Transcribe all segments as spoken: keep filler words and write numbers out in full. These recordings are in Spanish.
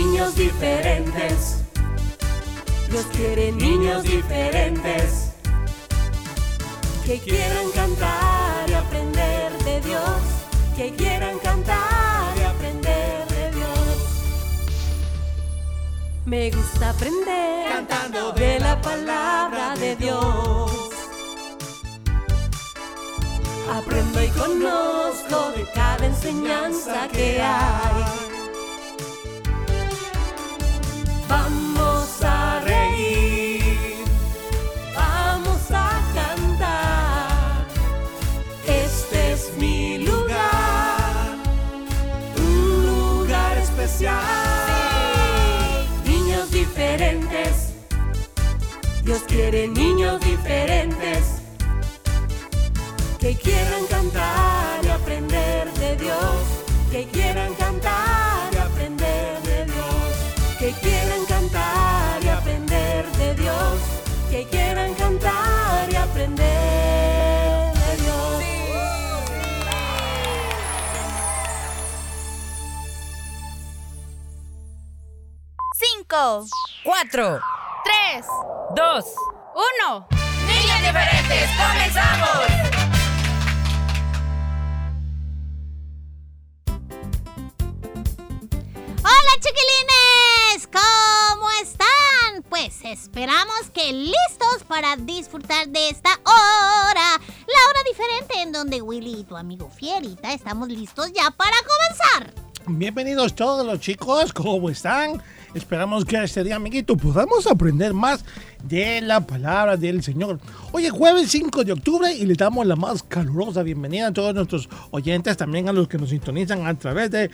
niños diferentes. Dios quiere niños diferentes que quieran cantar y aprender de Dios, que quieran cantar y aprender de Dios. Me gusta aprender cantando de la palabra de Dios. Aprendo y conozco de cada enseñanza que hay. Vamos a reír, vamos a cantar. Este es mi lugar, un lugar especial. Sí. Niños diferentes, Dios quiere niños diferentes que quieran cantar y aprender de Dios, que quieran cantar y aprender de Dios, que quieran cantar y aprender de Dios, que quieran cantar y aprender de Dios. Cinco, cuatro, tres, dos, uno. ¡Niños diferentes! ¡Comenzamos! ¡Hola, chiquilines! ¿Cómo están? Pues esperamos que listos para disfrutar de esta hora, la hora diferente en donde Willy y tu amigo Fierita estamos listos ya para comenzar. Bienvenidos todos los chicos, ¿cómo están? Esperamos que este día, amiguito, podamos aprender más de la palabra del Señor. Hoy es jueves cinco de octubre y le damos la más calurosa bienvenida a todos nuestros oyentes, también a los que nos sintonizan a través de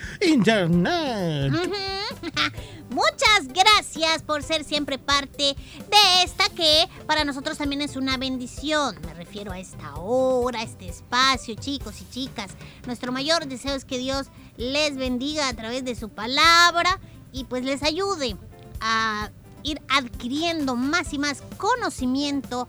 internet. Uh-huh. Muchas gracias por ser siempre parte de esta que para nosotros también es una bendición. Me refiero a esta hora, a este espacio, chicos y chicas. Nuestro mayor deseo es que Dios les bendiga a través de su palabra y pues les ayude a ir adquiriendo más y más conocimiento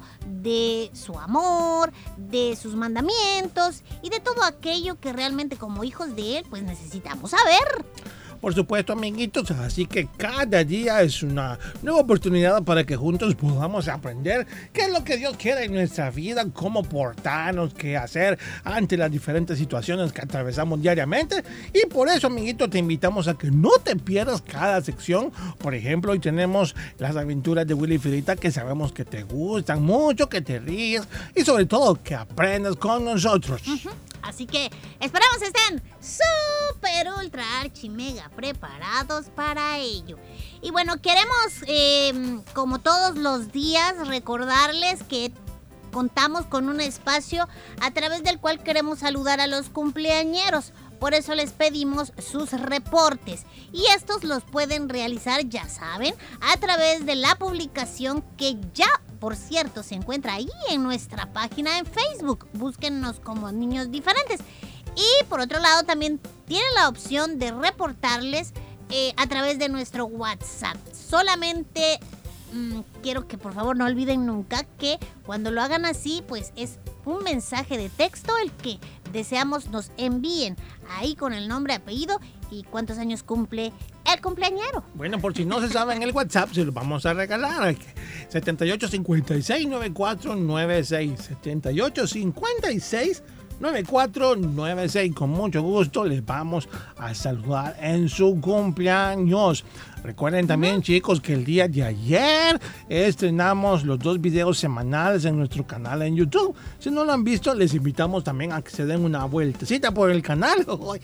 de su amor, de sus mandamientos y de todo aquello que realmente como hijos de Él pues necesitamos saber. Por supuesto, amiguitos, así que cada día es una nueva oportunidad para que juntos podamos aprender qué es lo que Dios quiere en nuestra vida, cómo portarnos, qué hacer ante las diferentes situaciones que atravesamos diariamente. Y por eso, amiguitos, te invitamos a que no te pierdas cada sección. Por ejemplo, hoy tenemos las aventuras de Willy y Fierita, que sabemos que te gustan mucho, que te ríes y sobre todo que aprendas con nosotros. Uh-huh. Así que esperamos estén súper, ultra, archi, mega preparados para ello. Y bueno, queremos, eh, como todos los días, recordarles que contamos con un espacio a través del cual queremos saludar a los cumpleañeros. Por eso les pedimos sus reportes. Y estos los pueden realizar, ya saben, a través de la publicación que ya, por cierto, se encuentra ahí en nuestra página en Facebook. Búsquennos como Niños Diferentes. Y por otro lado, también tienen la opción de reportarles eh, a través de nuestro WhatsApp. Solamente mmm, quiero que por favor no olviden nunca que cuando lo hagan así, pues es un mensaje de texto el que deseamos nos envíen ahí con el nombre, apellido y cuántos años cumple el cumpleañero. Bueno, por si no se sabe en el WhatsApp, se los vamos a regalar. setenta y ocho cincuenta y seis noventa y cuatro noventa y seis. setenta y ocho cincuenta y seis noventa y cuatro noventa y seis. Con mucho gusto les vamos a saludar en su cumpleaños. Recuerden también, uh-huh. chicos, que el día de ayer estrenamos los dos videos semanales en nuestro canal en YouTube. Si no lo han visto, les invitamos también a que se den una vueltecita por el canal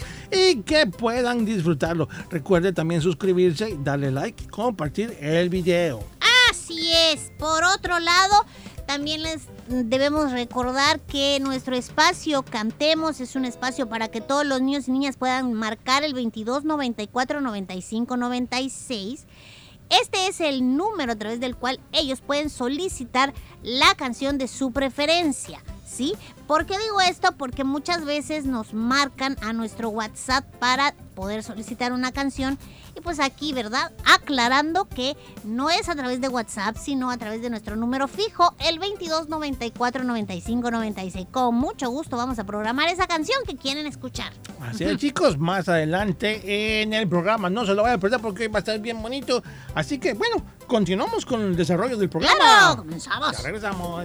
y que puedan disfrutarlo. Recuerden también suscribirse, darle like y compartir el video. Así es. Por otro lado, también les debemos recordar que nuestro espacio Cantemos es un espacio para que todos los niños y niñas puedan marcar el veintidós noventa y cuatro noventa y cinco noventa y seis. Este es el número a través del cual ellos pueden solicitar la canción de su preferencia. ¿sí? ¿Por qué digo esto? Porque muchas veces nos marcan a nuestro WhatsApp para poder solicitar una canción y pues aquí, ¿verdad? Aclarando que no es a través de WhatsApp, sino a través de nuestro número fijo, el veintidós noventa y cuatro noventa y cinco noventa y seis. Con mucho gusto vamos a programar esa canción que quieren escuchar. Así es, chicos, más adelante en el programa. No se lo vayan a perder porque va a estar bien bonito. Así que, bueno, continuamos con el desarrollo del programa. ¡Claro! ¡Comenzamos! Ya regresamos.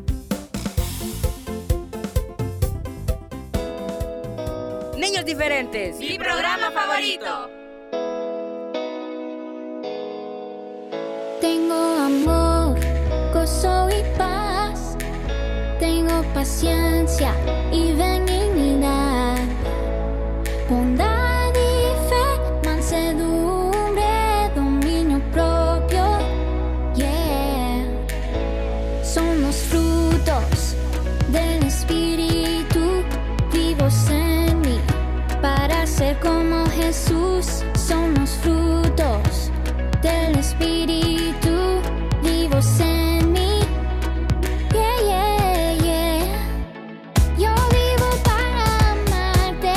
Niños diferentes. Mi programa favorito. Tengo amor, gozo y paz. Tengo paciencia y benignidad. Bondad y fe, mansedumbre, dominio propio. Yeah. Son los frutos del Espíritu vivos en mí. Para ser como Jesús, son los frutos del Espíritu vivos en mí. Yeah, yeah, yeah. Yo vivo para amarte.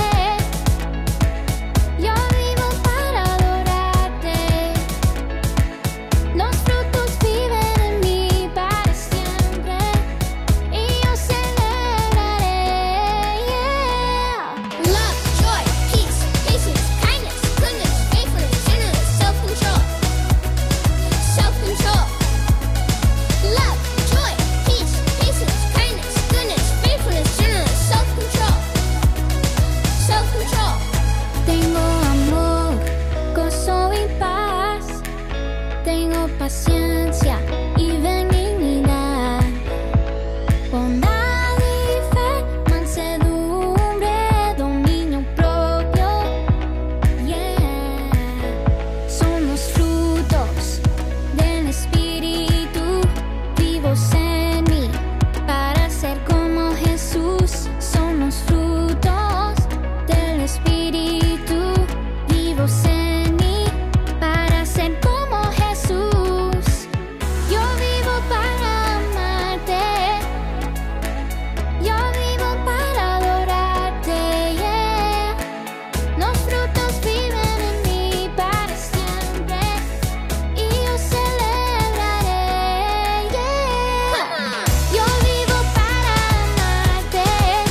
Yo vivo para adorarte. Los frutos viven en mí para siempre. Y yo celebraré. Yeah. Love, joy, peace, patience, kindness, goodness, faithfulness, gentleness, self-control. Self-control. Love, joy, peace, patience, kindness, goodness, faithfulness, gentleness, self-control. Self-control. Tengo amor, gozo y paz. Tengo paciencia y benignidad. Bondad y fe, mansedumbre, dominio propio. Yeah. Son los frutos del Espíritu vivos en mí. Para ser como Jesús, son los frutos del Espíritu vivos en mí. Para ser como Jesús, yo vivo para amarte. Yo vivo para adorarte. Yeah. Los frutos viven en mí para siempre. Y yo celebraré. Yeah. Yo vivo para amarte.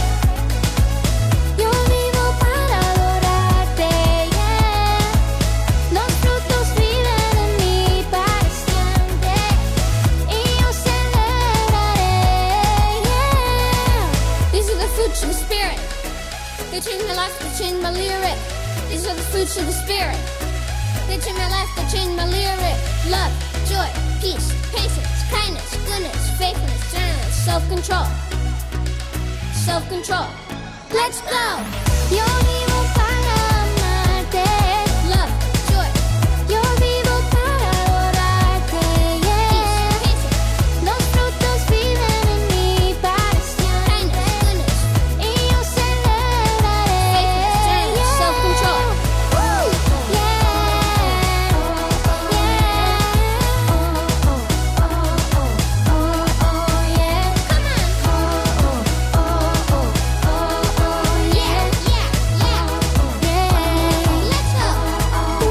Yo vivo para adorarte. Yeah. Los frutos viven en mí para siempre. Y yo celebraré. Yeah. These are the fruits of the Spirit. They change my life, they change my lyric. These are the fruits of the Spirit. They change my life, they change my lyric. Love, joy, peace, patience, kindness, goodness, faithfulness, gentleness, self-control. Self-control. Let's go! Yo vivo para amarte. Love, joy. Yo vivo para adorarte. Yeah. Peace, patience. Los frutos viven en mí para siempre. Kindness, goodness. Y yo celebraré. Faithfulness, gentleness, self-control. Woo! Yeah. Yeah. Oh, oh, oh, oh, oh, oh, yeah. Come on. Oh, oh, oh, oh, oh, yeah, yeah, yeah, yeah. Let's go.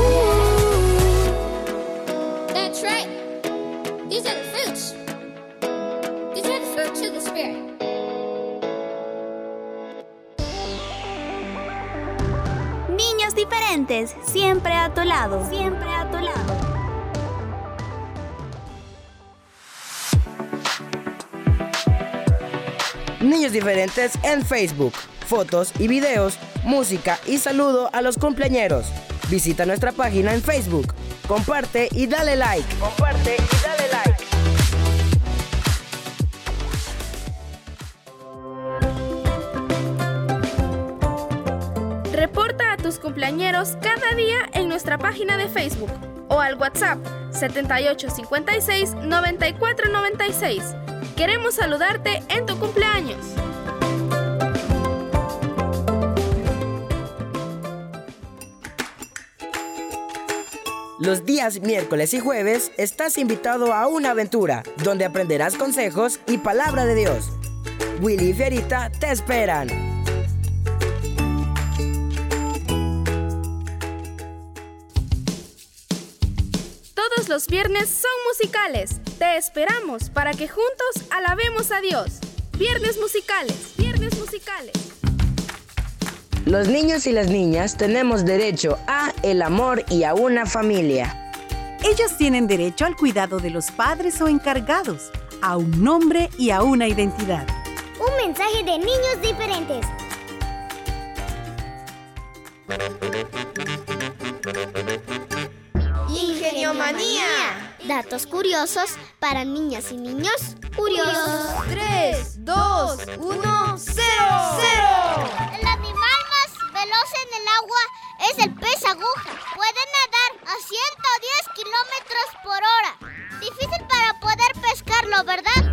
Ooh. That's right. These are the fruits. These are the fruits of the Spirit. Niños diferentes, siempre a tu lado, siempre a tu lado. Niños diferentes en Facebook. Fotos y videos, música y saludo a los cumpleañeros. Visita nuestra página en Facebook. Comparte y dale like. Comparte y dale like. Reporta a tus cumpleañeros cada día en nuestra página de Facebook o al WhatsApp setenta y ocho cincuenta y seis noventa y cuatro noventa y seis. Queremos saludarte en tu cumpleaños. Los días miércoles y jueves estás invitado a una aventura donde aprenderás consejos y palabra de Dios. Willy y Fierita te esperan. Todos los viernes son musicales. Te esperamos para que juntos alabemos a Dios. Viernes musicales, viernes musicales. Los niños y las niñas tenemos derecho a el amor y a una familia. Ellos tienen derecho al cuidado de los padres o encargados, a un nombre y a una identidad. Un mensaje de niños diferentes. Ingeniomanía. Datos curiosos para niñas y niños curiosos. tres, dos, uno, cero. El animal más veloz en el agua es el pez aguja. Puede nadar a ciento diez kilómetros por hora. Difícil para poder pescarlo,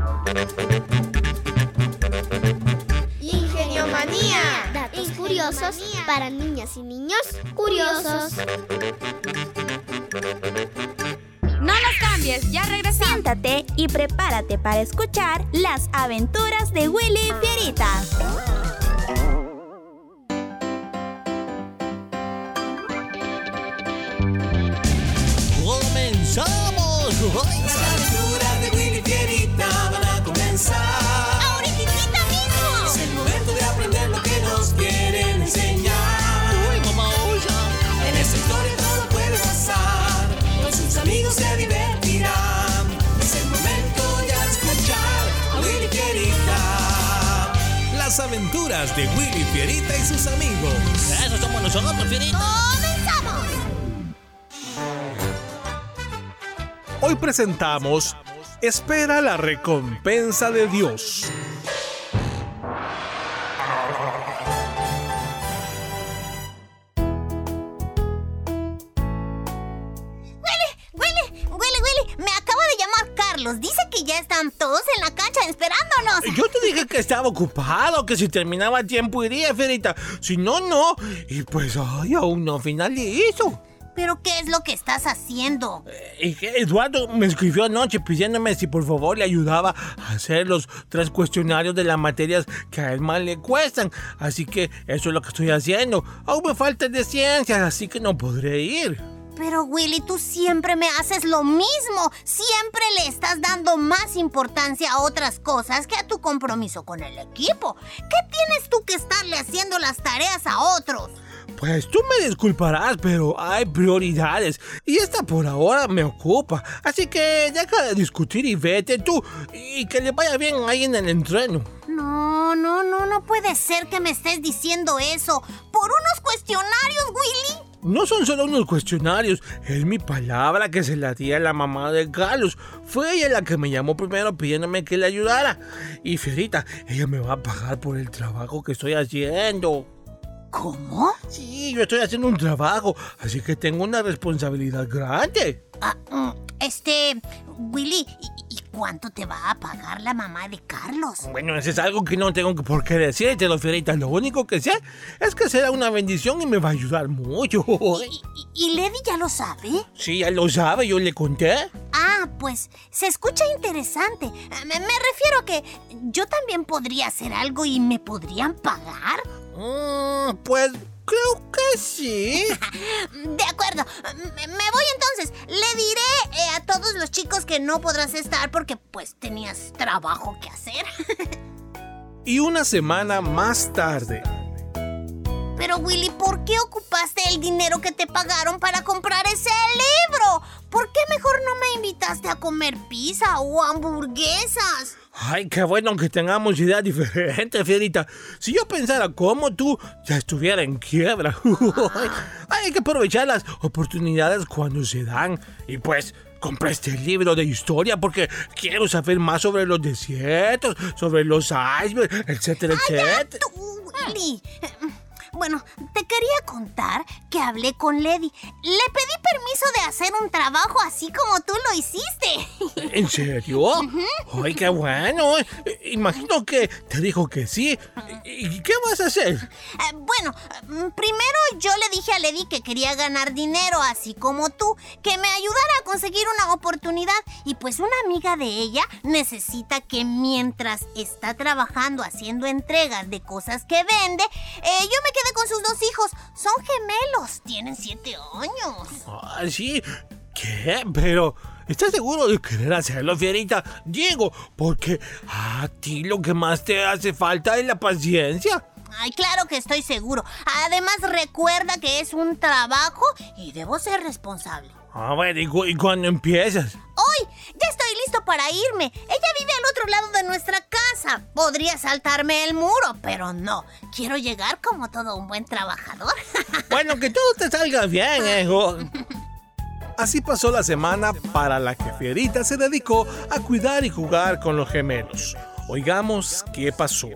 ¿verdad? Ingeniomanía. Datos curiosos para niñas y niños curiosos. No nos cambies, ya regresamos. Siéntate y prepárate para escuchar las aventuras de Willy y Fierita. ¡Comenzamos! Las aventuras de Willy y Fierita van a comenzar. ¡Ahorita mismo! Es el momento de aprender lo que nos quieren enseñar. ¡Uy, mamá! En esta historia todo puede pasar. Con sus amigos se divertirán. Es el momento ya de escuchar a Willy y Fierita. Las aventuras de Willy, Fierita y sus amigos. Eso somos nosotros, Fierita. ¡Comenzamos! Hoy presentamos Espera la recompensa de Dios. Willy, Willy, Willy, me acaba de llamar Carlos. Dice que ya están todos en la cancha esperándonos. Yo te dije que estaba ocupado, que si terminaba a tiempo iría, Fierita. Si no, no. Y pues, ay, aún no finalizo. ¿Pero qué es lo que estás haciendo? Eh, Eduardo me escribió anoche pidiéndome si por favor le ayudaba a hacer los tres cuestionarios de las materias que a él más le cuestan. Así que eso es lo que estoy haciendo. Aún me falta de ciencias, así que no podré ir. Pero Willy, tú siempre me haces lo mismo. Siempre le estás dando más importancia a otras cosas que a tu compromiso con el equipo. ¿Qué tienes tú que estarle haciendo las tareas a otros? Pues tú me disculparás, pero hay prioridades y esta por ahora me ocupa. Así que deja de discutir y vete tú y que le vaya bien ahí en el entreno. No, no, no, no puede ser que me estés diciendo eso. ¿Por unos cuestionarios, Willy? No son solo unos cuestionarios, es mi palabra que se la di a la mamá de Carlos. Fue ella la que me llamó primero pidiéndome que le ayudara. Y Fierita, ella me va a pagar por el trabajo que estoy haciendo. ¿Cómo? Sí, yo estoy haciendo un trabajo, así que tengo una responsabilidad grande. Ah, mm, este, Willy, ¿y, y cuánto te va a pagar la mamá de Carlos? Bueno, eso es algo que no tengo por qué decírtelo, Fierita. Lo único que sé es que será una bendición y me va a ayudar mucho. ¿Y, y, y Lady ya lo sabe? Sí, ya lo sabe, yo le conté. Ah, pues se escucha interesante. Me, me refiero a que yo también podría hacer algo y me podrían pagar. Mm, pues creo que sí. De acuerdo, me, me voy entonces. Le diré eh, a todos los chicos que no podrás estar porque pues tenías trabajo que hacer. Y una semana más tarde. Pero Willy, ¿por qué ocupaste el dinero que te pagaron para comprar ese libro? ¿Por qué mejor no me invitaste a comer pizza o hamburguesas? Ay, qué bueno que tengamos ideas diferentes, Fierita. Si yo pensara como tú, ya estuviera en quiebra. Hay que aprovechar las oportunidades cuando se dan. Y pues, compré este libro de historia porque quiero saber más sobre los desiertos, sobre los icebergs, etcétera, Ay, etcétera. ya tú, Willy. Bueno, te quería contar que hablé con Lady. Le pedí permiso de hacer un trabajo así como tú lo hiciste. ¿En serio? Uh-huh. ¡Ay, qué bueno! Imagino que te dijo que sí. ¿Y qué vas a hacer? Eh, bueno, primero yo le dije a Lady que quería ganar dinero, así como tú, que me ayudara a conseguir una oportunidad. Y pues una amiga de ella necesita que mientras está trabajando haciendo entregas de cosas que vende, eh, yo me quedé con sus dos hijos. Son gemelos, tienen siete años. Ah, sí. ¿Qué? Pero ¿estás seguro de querer hacerlo, Fierita? Diego, porque a ti lo que más te hace falta es la paciencia. Ay, claro que estoy seguro. Además, recuerda que es un trabajo y debo ser responsable. A ver, ¿y, cu- ¿y cuándo empiezas? Hoy, ya estoy listo para irme. Ella vive al otro lado de nuestra casa. Podría saltarme el muro, pero no. Quiero llegar como todo un buen trabajador. Bueno, que todo te salga bien, hijo. Así pasó la semana para la que Fierita se dedicó a cuidar y jugar con los gemelos. Oigamos qué pasó.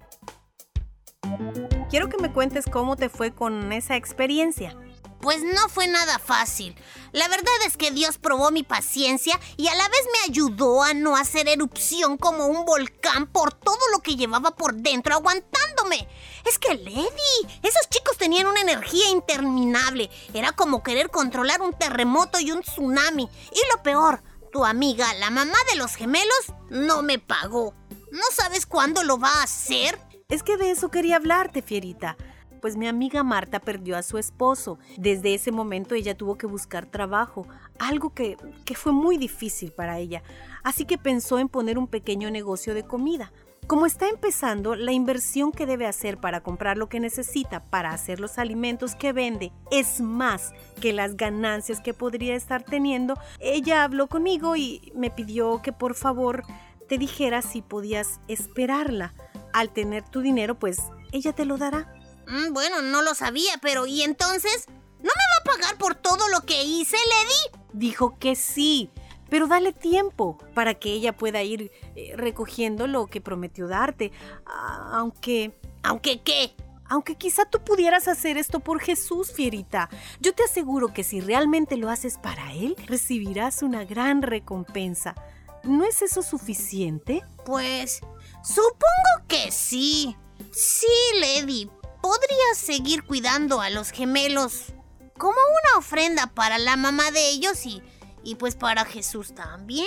Quiero que me cuentes cómo te fue con esa experiencia. Pues no fue nada fácil. La verdad es que Dios probó mi paciencia y a la vez me ayudó a no hacer erupción como un volcán por todo lo que llevaba por dentro aguantándome. Es que, Lady, esos chicos tenían una energía interminable. Era como querer controlar un terremoto y un tsunami. Y lo peor, tu amiga, la mamá de los gemelos, no me pagó. ¿No sabes cuándo lo va a hacer? Es que de eso quería hablarte, Fierita. Pues mi amiga Marta perdió a su esposo. Desde ese momento ella tuvo que buscar trabajo, algo que, que fue muy difícil para ella. Así que pensó en poner un pequeño negocio de comida. Como está empezando, la inversión que debe hacer para comprar lo que necesita para hacer los alimentos que vende es más que las ganancias que podría estar teniendo. Ella habló conmigo y me pidió que por favor te dijera si podías esperarla. Al tener tu dinero, pues ella te lo dará. Mm, bueno, no lo sabía, pero ¿y entonces? ¿No me va a pagar por todo lo que hice, Lady? Dijo que sí, pero dale tiempo para que ella pueda ir eh, recogiendo lo que prometió darte. Ah, aunque... ¿Aunque qué? Aunque quizá tú pudieras hacer esto por Jesús, Fierita. Yo te aseguro que si realmente lo haces para Él, recibirás una gran recompensa. ¿No es eso suficiente? Pues, supongo que sí. Sí, Lady. Podrías seguir cuidando a los gemelos como una ofrenda para la mamá de ellos y, y pues para Jesús también.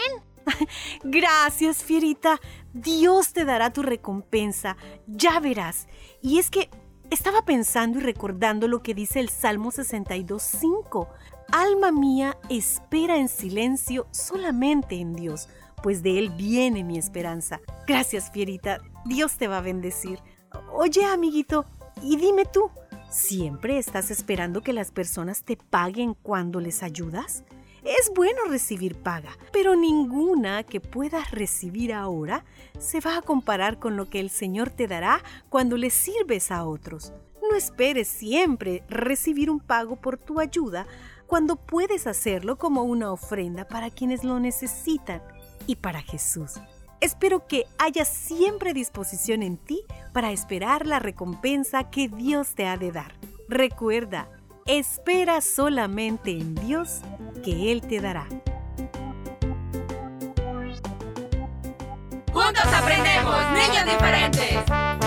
Gracias, Fierita. Dios te dará tu recompensa. Ya verás. Y es que estaba pensando y recordando lo que dice el Salmo sesenta y dos, cinco. Alma mía, espera en silencio solamente en Dios, pues de Él viene mi esperanza. Gracias, Fierita. Dios te va a bendecir. Oye, amiguito, y dime tú, ¿siempre estás esperando que las personas te paguen cuando les ayudas? Es bueno recibir paga, pero ninguna que puedas recibir ahora se va a comparar con lo que el Señor te dará cuando le sirves a otros. No esperes siempre recibir un pago por tu ayuda cuando puedes hacerlo como una ofrenda para quienes lo necesitan y para Jesús. Espero que haya siempre disposición en ti para esperar la recompensa que Dios te ha de dar. Recuerda, espera solamente en Dios, que Él te dará. Juntos aprendemos, niños diferentes.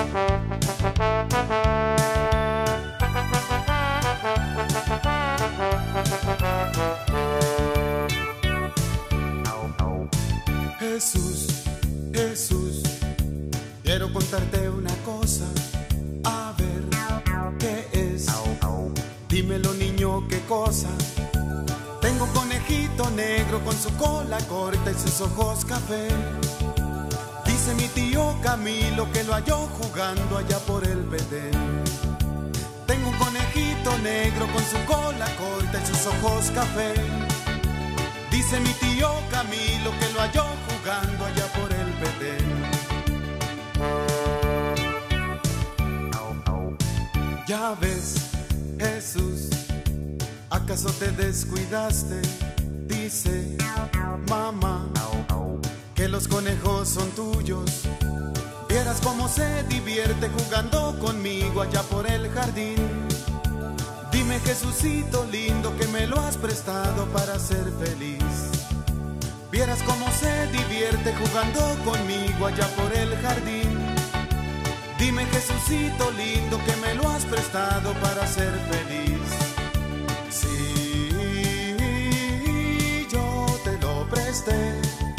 Jesús, Jesús, quiero contarte una cosa, a ver qué es. Dímelo, niño, qué cosa. Tengo un conejito negro con su cola corta y sus ojos café. Dice mi tío Camilo que lo halló jugando allá por el Bedén. Tengo un conejito negro con su cola corta y sus ojos café. Dice mi tío Camilo que lo halló jugando allá por el Bedén. Ya ves, Jesús, ¿acaso te descuidaste? Dice mamá que los conejos son tuyos. Ve Vieras cómo se divierte jugando conmigo allá por el jardín. Dime, Jesucito lindo, que me lo has prestado para ser feliz. Vieras cómo se divierte jugando conmigo allá por el jardín. Dime, Jesucito lindo, que me lo has prestado para ser feliz. Sí, yo te lo presté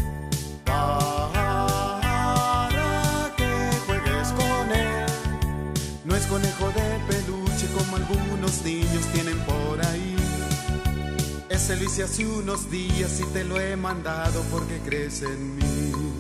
para que juegues con él. No es conejo de peluche como algunos niños tienen por ahí. Ese lo hice hace unos días y te lo he mandado porque crees en mí.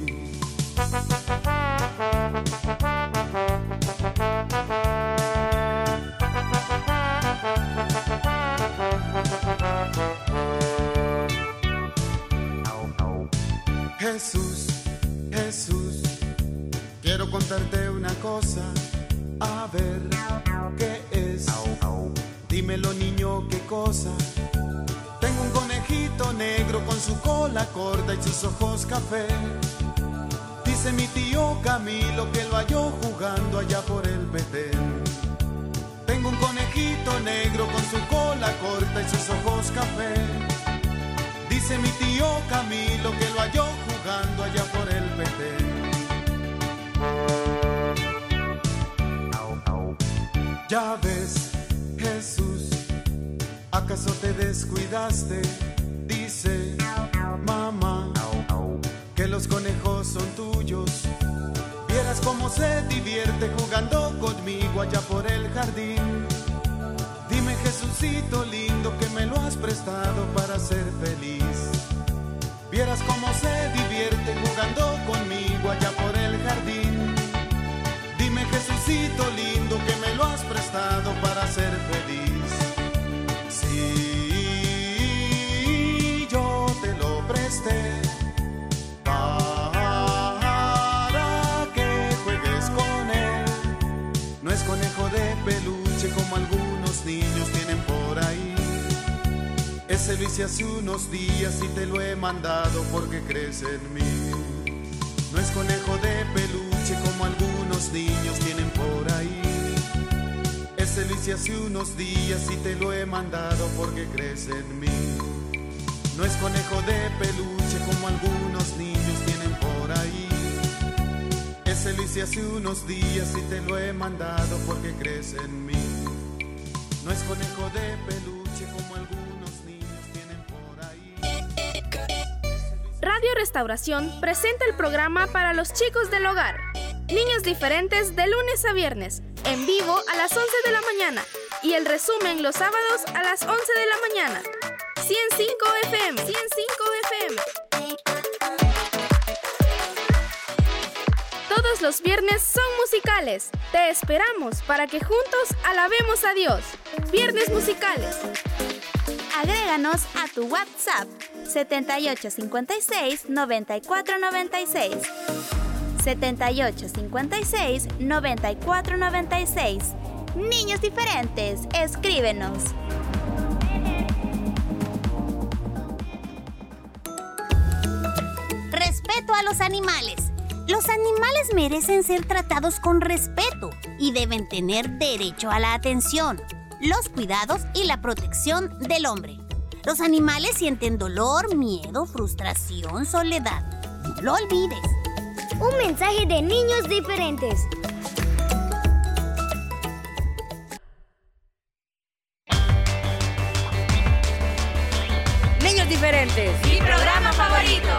Jesús, Jesús, quiero contarte una cosa, a ver qué es. Dímelo, niño, qué cosa. Tengo un conejito negro con su cola corta y sus ojos café. Dice mi tío Camilo que lo halló jugando allá por el Petén. Tengo un conejito negro con su cola corta y sus ojos café. Dice mi tío Camilo que lo halló jugando allá por el Petén. Ya ves, Jesús, ¿acaso te descuidaste? Dice mamá que los conejos son tuyos. Vieras cómo se divierte jugando conmigo allá por el jardín. Dime, Jesucito lindo, que me lo has prestado para ser feliz. Vieras cómo se divierte jugando conmigo allá por el jardín. Dime, Jesucito lindo, que me lo has prestado para ser feliz. Sí, yo te lo presté para que juegues con él. No es conejo de peluche como algunos niños tienen por ahí. Ese lo hice hace unos días y te lo he mandado porque crees en mí. No es conejo de peluche como algunos niños tienen por ahí. Ese lo hice hace unos días y te lo he mandado porque crees en mí. No es conejo de peluche como algunos niños tienen por ahí. Ese lo hice hace unos días y te lo he mandado porque crees en mí. No es conejo de peluche como algunos niños tienen por ahí. Radio Restauración presenta el programa para los chicos del hogar. Niños diferentes de lunes a viernes, en vivo a las once de la mañana y el resumen los sábados a las once de la mañana. ciento cinco F M, ciento cinco F M. Todos los viernes son musicales. Te esperamos para que juntos alabemos a Dios. Viernes musicales. Agréganos a tu WhatsApp setenta y ocho cincuenta y seis, noventa y cuatro noventa y seis. setenta y ocho cincuenta y seis, noventa y cuatro noventa y seis. Niños diferentes, escríbenos. Respeto a los animales. Los animales merecen ser tratados con respeto y deben tener derecho a la atención, los cuidados y la protección del hombre. Los animales sienten dolor, miedo, frustración, soledad. No lo olvides. Un mensaje de niños diferentes. Niños diferentes. Mi programa favorito.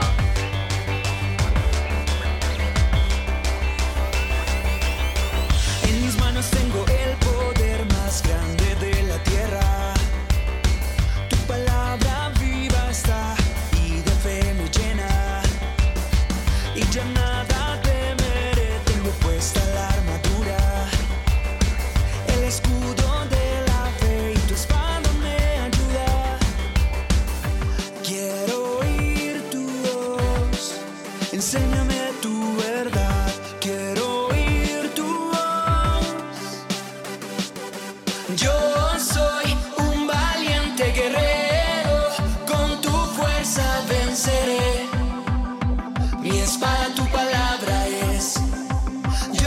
En mis manos tengo el poder más grande de la tierra. Tu palabra viva está y de fe me llena. Y ya nada temeré, tengo puesta la armadura, el escudo de la fe y tu espada me ayuda. Quiero oír tu voz, enséñame tu verdad. Quiero oír tu voz. Yo soy un valiente guerrero, con tu fuerza venceré. Mi espada tu palabra es.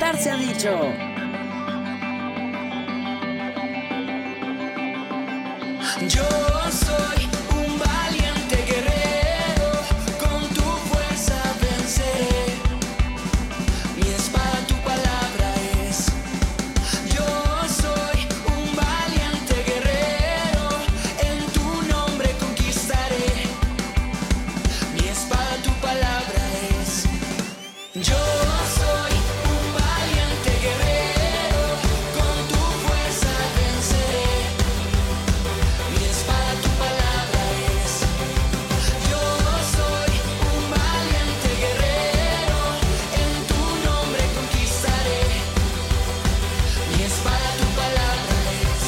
cantar se ha dicho. Yo soy un valiente guerrero, con tu fuerza venceré. Mi espada tu palabra es. Yo soy un valiente guerrero, en tu nombre conquistaré. Mi espada tu palabra es. Yo soy un valiente guerrero, con tu fuerza venceré. Mi espada tu palabra es. Yo soy un valiente guerrero, en tu nombre conquistaré. Mi espada tu palabra es.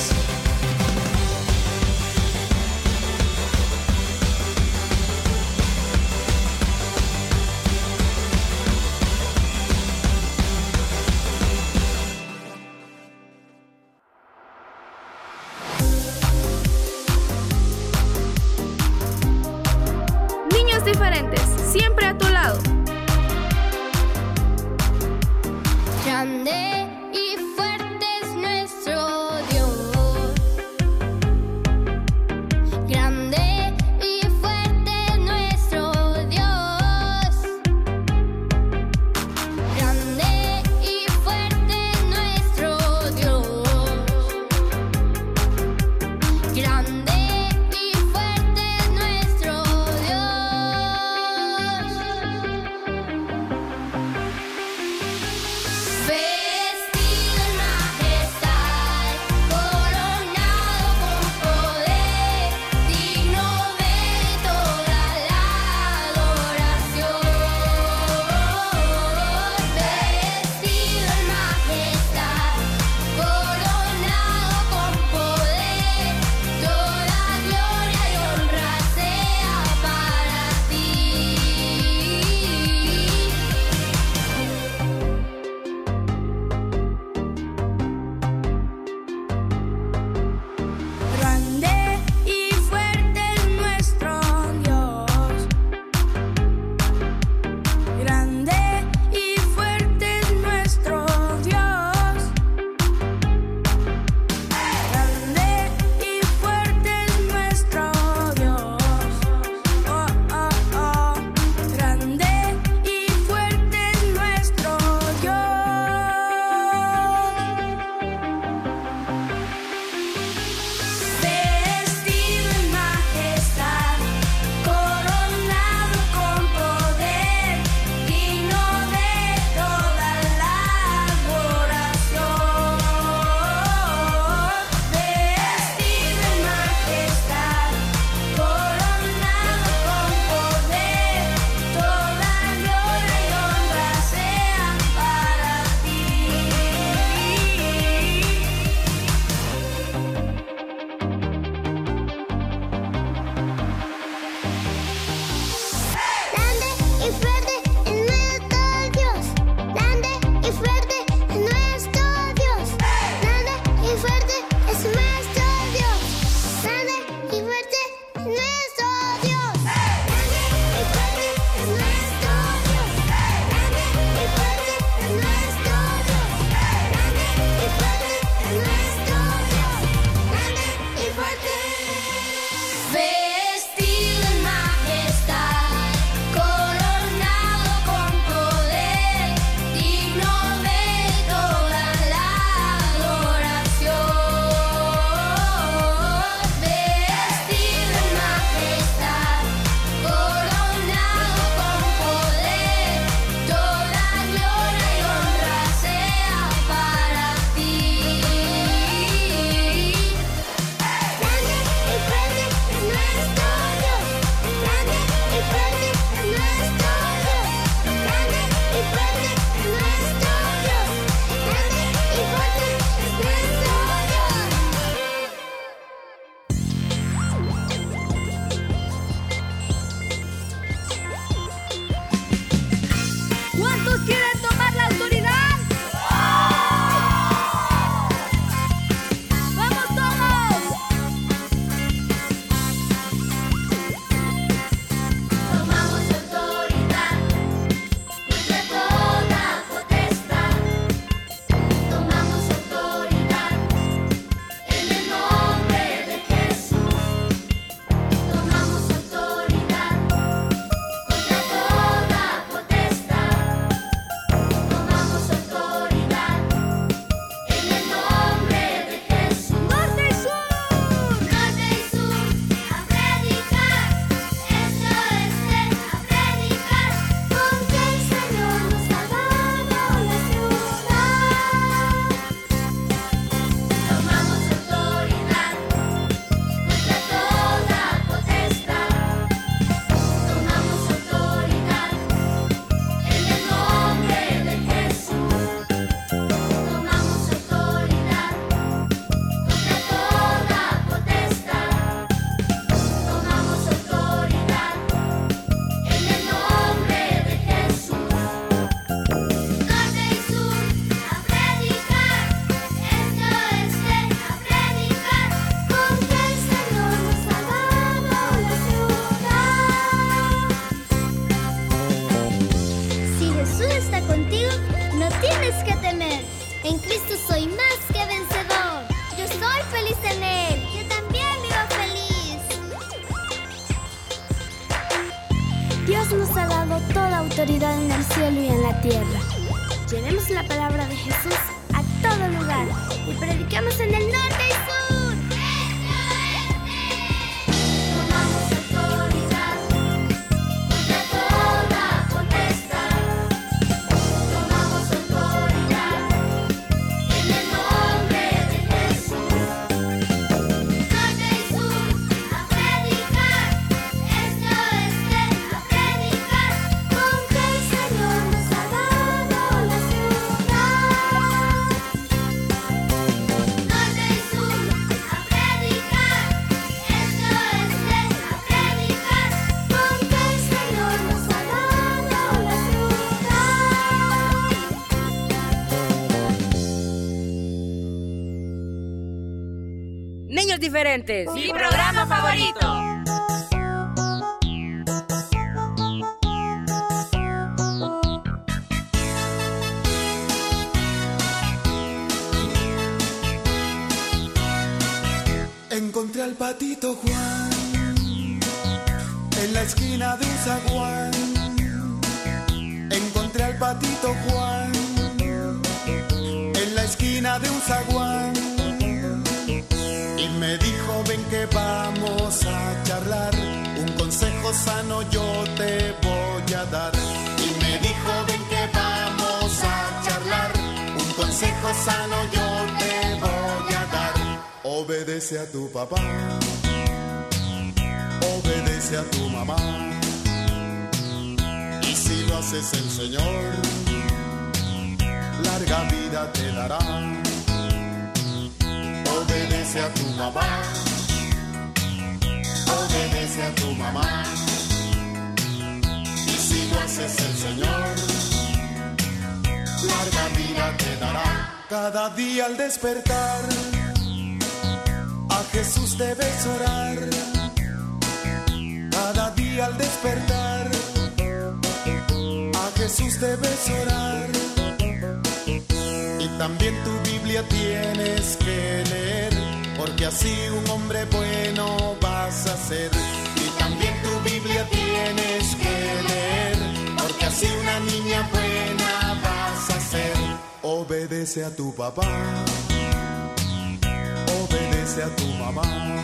Niños diferentes, siempre a tu lado. Grande y fuerte es nuestro Dios. Grande y fuerte es nuestro Dios. Grande y fuerte es nuestro Dios. Grande y fuerte es nuestro Dios. Dios nos ha dado toda autoridad en el cielo y en la tierra. Llevemos la palabra de Jesús a todo lugar y predicamos en el norte y sur. Tomamos autoridad contra toda potestad. Tomamos autoridad en el nombre de Jesús. Norte y sur a predicar. Este oeste a predicar. Porque el Señor nos ha dado la ciudad. Norte y sur a predicar. Este oeste a predicar. Porque el Señor nos ha dado la Niños diferentes. Mi programa favorito. Encontré al patito Juan en la esquina de un zaguán. Encontré al patito Juan en la esquina de un zaguán. Y me dijo, ven que vamos a charlar. Un consejo sano yo te voy a dar. Y me dijo, ven que vamos a charlar. Un consejo sano yo te voy a dar. Obedece a tu papá, obedece a tu mamá. Y si lo haces el Señor, larga vida te dará. Obedece a tu mamá, obedece a tu mamá. Y si lo haces el Señor, larga vida te dará. Cada día al despertar, a Jesús debes orar. Cada día al despertar, a Jesús debes orar. Y también tu Biblia tienes que leer, porque así un hombre bueno vas a ser. Y también tu Biblia tienes que leer, porque así una niña buena vas a ser. Obedece a tu papá, obedece a tu mamá.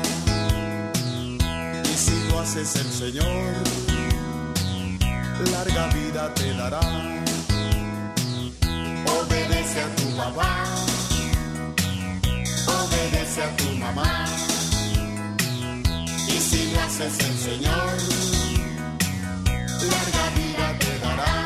Y si lo haces el Señor, larga vida te dará. Obedece a tu papá, obedece a tu mamá. Y si lo haces el Señor, larga vida te dará.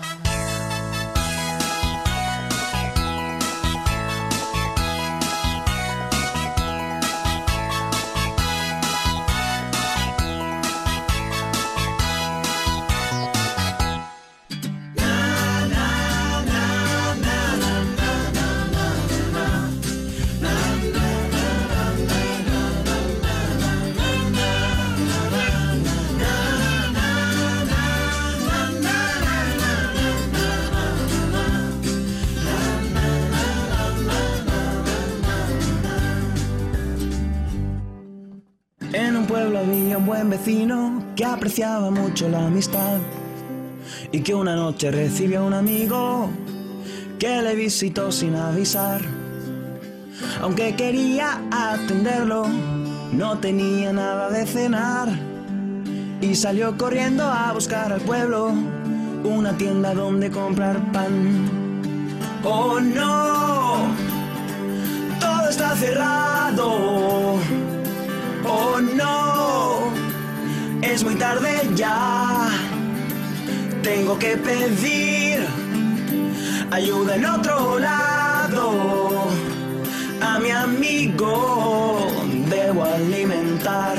En un pueblo había un buen vecino que apreciaba mucho la amistad y que una noche recibió a un amigo que le visitó sin avisar. Aunque quería atenderlo, no tenía nada de cenar y salió corriendo a buscar al pueblo una tienda donde comprar pan. ¡Oh no! Todo está cerrado. ¡Oh no! Es muy tarde ya. Tengo que pedir ayuda en otro lado. A mi amigo debo alimentar.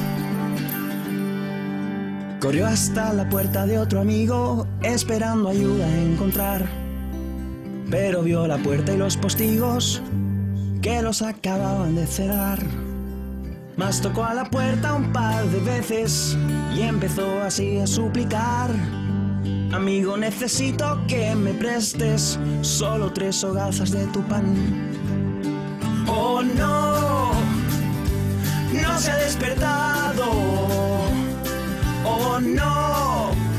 Corrió hasta la puerta de otro amigo, esperando ayuda a encontrar. Pero vio la puerta y los postigos que los acababan de cerrar. Mas tocó a la puerta un par de veces y empezó así a suplicar: amigo, necesito que me prestes solo tres hogazas de tu pan. Oh no, no se ha despertado. Oh no,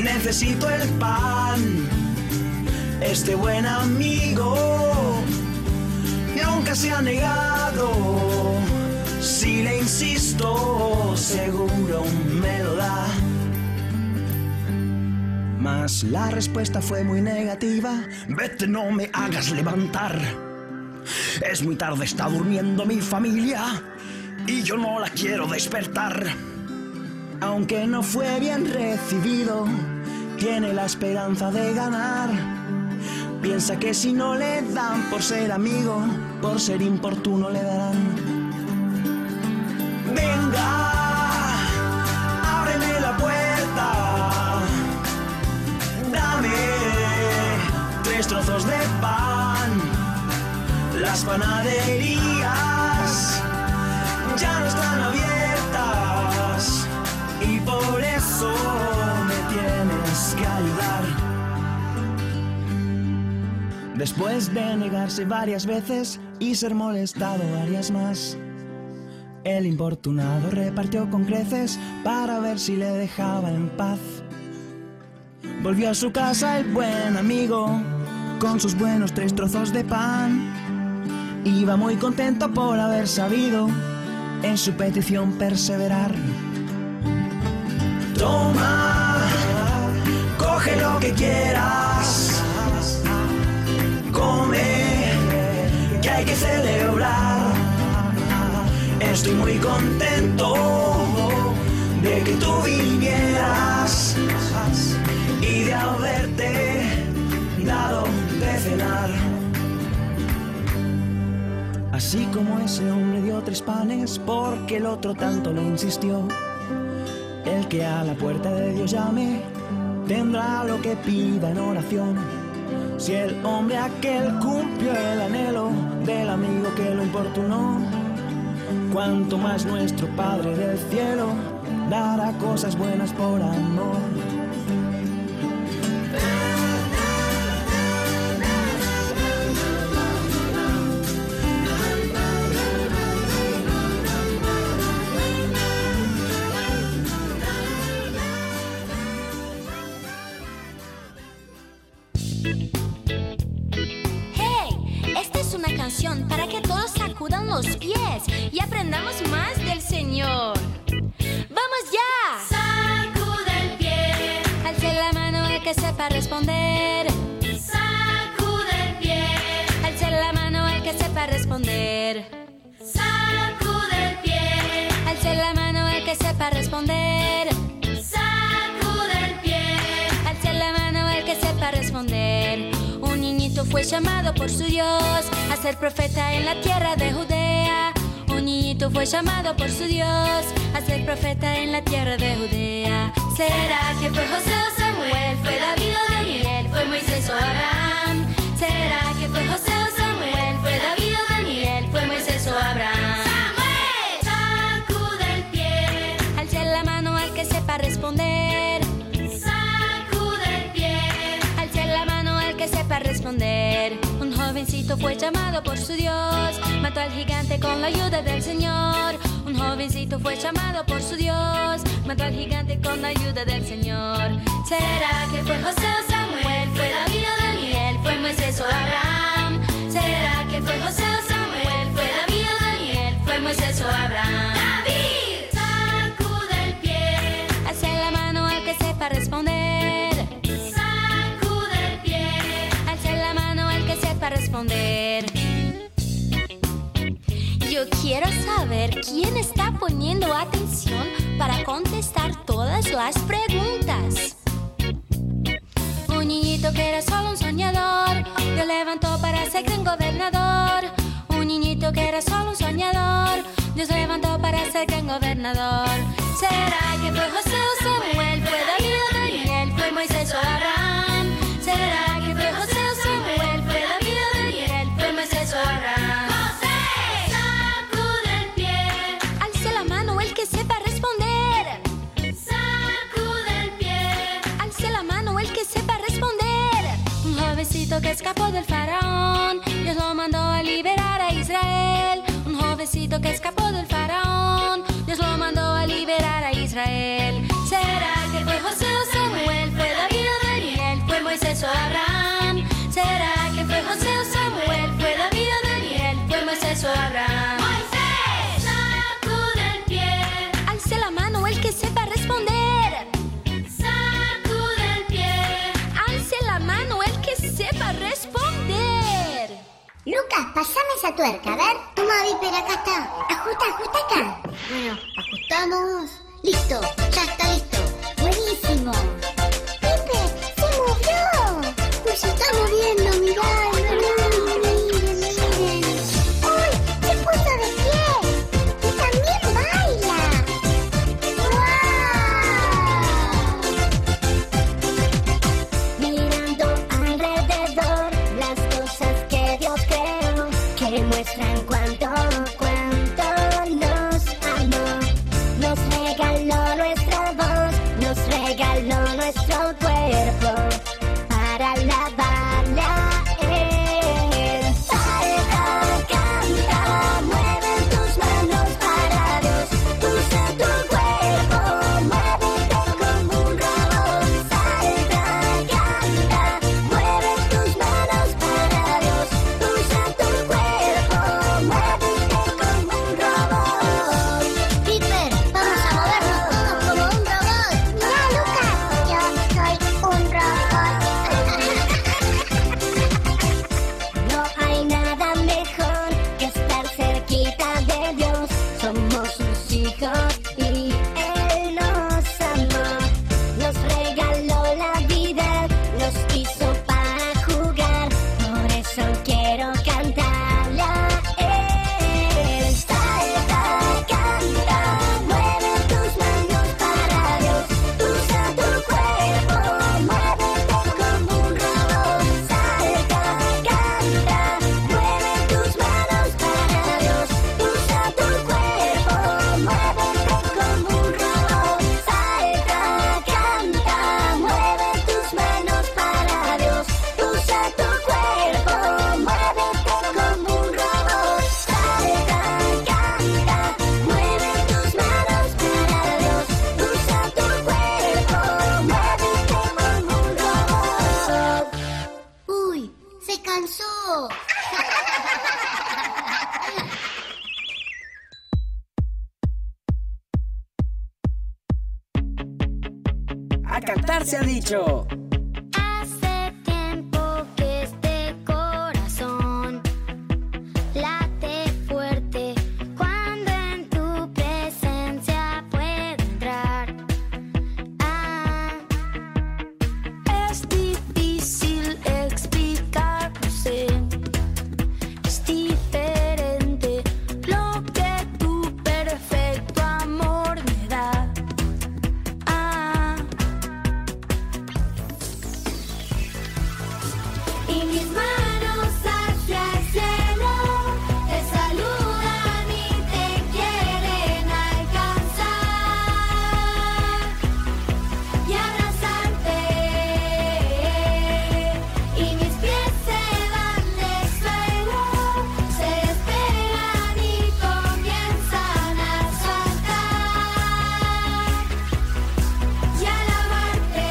necesito el pan. Este buen amigo nunca se ha negado. Si le insisto, seguro me lo da. Mas la respuesta fue muy negativa. Vete, no me hagas levantar. Es muy tarde, está durmiendo mi familia y yo no la quiero despertar. Aunque no fue bien recibido, tiene la esperanza de ganar. Piensa que si no le dan por ser amigo, por ser importuno le darán. Venga, ábreme la puerta, dame tres trozos de pan. Las panaderías ya no están abiertas y por eso me tienes que ayudar. Después de negarse varias veces y ser molestado varias más, el importunado repartió con creces para ver si le dejaba en paz. Volvió a su casa el buen amigo con sus buenos tres trozos de pan. Iba muy contento por haber sabido en su petición perseverar. Toma, coge lo que quieras, come, que hay que celebrar. Estoy muy contento de que tú vinieras y de haberte dado de cenar. Así como ese hombre dio tres panes porque el otro tanto le insistió. El que a la puerta de Dios llame tendrá lo que pida en oración. Si el hombre aquel cumplió el anhelo del amigo que lo importunó, cuanto más nuestro Padre del cielo dará cosas buenas por amor. Para que todos sacudan los pies y aprendamos más del Señor. ¡Vamos ya! Sacude el pie. Alce la mano el que sepa responder. Sacude el pie. Alce la mano el que sepa responder. Sacude el pie. Alce la mano el que sepa responder. Sacude el pie. Alce la mano el que sepa responder. Un niñito fue llamado por su Dios a ser profeta en la tierra de Judea. Un niñito fue llamado por su Dios a ser profeta en la tierra de Judea. ¿Será que fue José o Samuel? ¿Fue David o Daniel? ¿Fue Moisés o Abraham? ¿Será que fue José o Samuel? ¿Fue David o Daniel? ¿Fue Moisés o Abraham? ¡Samuel! Sacude el pie. Alce la mano al que sepa responder. Sacude el pie. Alce la mano al que sepa responder. Un jovencito fue llamado por su Dios, mató al gigante con la ayuda del Señor. Un jovencito fue llamado por su Dios, mató al gigante con la ayuda del Señor. ¿Será que fue José o Samuel? ¿Fue David o Daniel? ¿Fue Moisés o Abraham? ¿Será que fue José o Samuel? ¿Fue David o Daniel? ¿Fue Moisés o Abraham? ¡David! Sacude el pie. Alce la mano al que sepa responder. Sacude el pie. Alce la mano al que sepa responder. Yo quiero saber quién está poniendo atención para contestar todas las preguntas. Un niñito que era solo un soñador, Dios levantó para ser gran gobernador. Un niñito que era solo un soñador, Dios levantó para ser gran gobernador. ¿Será que fue José o Samuel? ¿Fue David o Daniel? ¿Fue Moisés o Abraham? ¿Será que fue José o Samuel? ¿Fue David o Daniel? ¿Fue Moisés o Abraham? ¡José! Sacude el pie. Alce la mano el que sepa responder. Sacude el pie. Alce la mano el que sepa responder. Un jovencito que escapó del faraón, Dios lo mandó a liberar a Israel. Un jovencito que escapó del faraón, Dios lo mandó a liberar a Israel. ¿Será que fue José o Samuel? ¿Fue esa tuerca, a ver. Toma, Viper, acá está. Ajusta, ajusta acá. Bueno, ajustamos. Listo, ya está listo. Buenísimo. Viper, se movió. Pues se está moviendo, mirá. Miren, miren. ¡Uy! Se puso de pie. Y también baila. ¡Wow! Mirando alrededor las cosas que Dios creó, que muestran cuánto, cuánto nos amó. Nos regaló nuestra voz, nos regaló nuestro cuerpo para alabarla Él. Salta, canta, mueve tus manos para Dios. Usa tu cuerpo, muévete como un robot. Salta, canta, mueve tus manos para Dios. Usa tu cuerpo, muévete como un robot. Piper, vamos a movernos todos como un robot. Mira, Lucas, yo soy un robot. No hay nada mejor que estar cerquita de Dios. Somos sus hijos y Él nos amó. Nos regaló la vida, nos hizo para jugar. Por eso quiero cantarle a Él. Salta, canta, mueve tus manos para Dios. Usa tu cuerpo, muévete como un robot. Salta, canta, mueve tus manos para Dios. Usa tu cuerpo, muévete como un robot. Salta, canta, mueve tus manos para Dios. Usa tu cuerpo, muévete como un robot. Salta, canta, mueve tus manos para Dios. Usa tu cuerpo, muévete como un robot. Uy, se cansó. A cantar se ha dicho. Hace tiempo que este corazón late fuerte cuando en tu presencia puedo entrar. Ah, es difícil explicar, no sé. Es diferente lo que tu perfecto amor me da. Ah. Y mis manos hacia el cielo te saludan y te quieren alcanzar y abrazarte. Y mis pies se van de suelo, se despegan y comienzan a saltar y alabarte,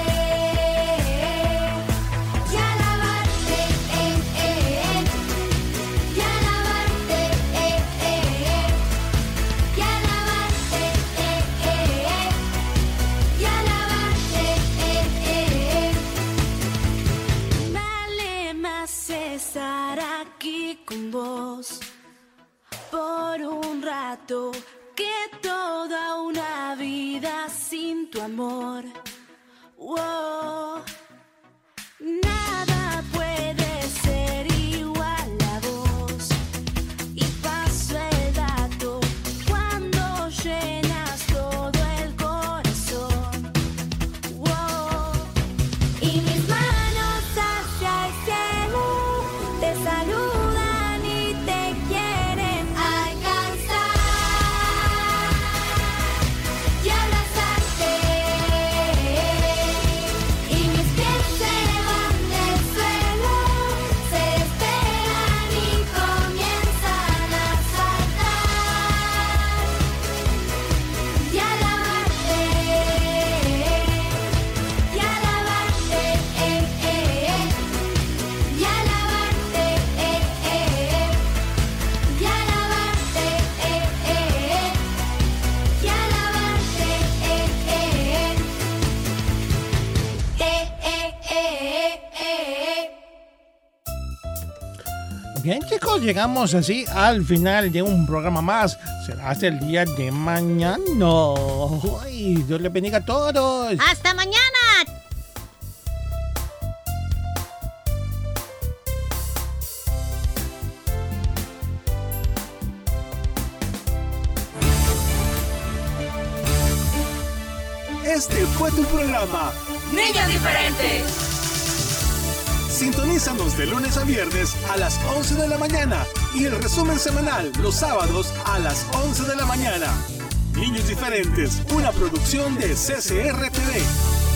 y alabarte, eh, eh, eh, y alabarte, eh, eh, eh, y alabarte, eh, eh, eh, y alabarte, eh, eh, eh. Vale más estar aquí con vos por un rato que toda una vida sin tu amor. Wow. Nada puede ser igual a vos. Y paso el dato cuando llenas todo el corazón. Wow. Y mis manos hacia el cielo te saludan y te quieren alcanzar y abrazarte. Y mis Bien, chicos, llegamos así al final de un programa más. Será hasta el día de mañana. Ay, Dios les bendiga a todos. ¡Hasta mañana! Este fue tu programa Niños Diferentes. Sintonízanos de lunes a viernes a las once de la mañana y el resumen semanal los sábados a las once de la mañana. Niños Diferentes, una producción de C C R T V.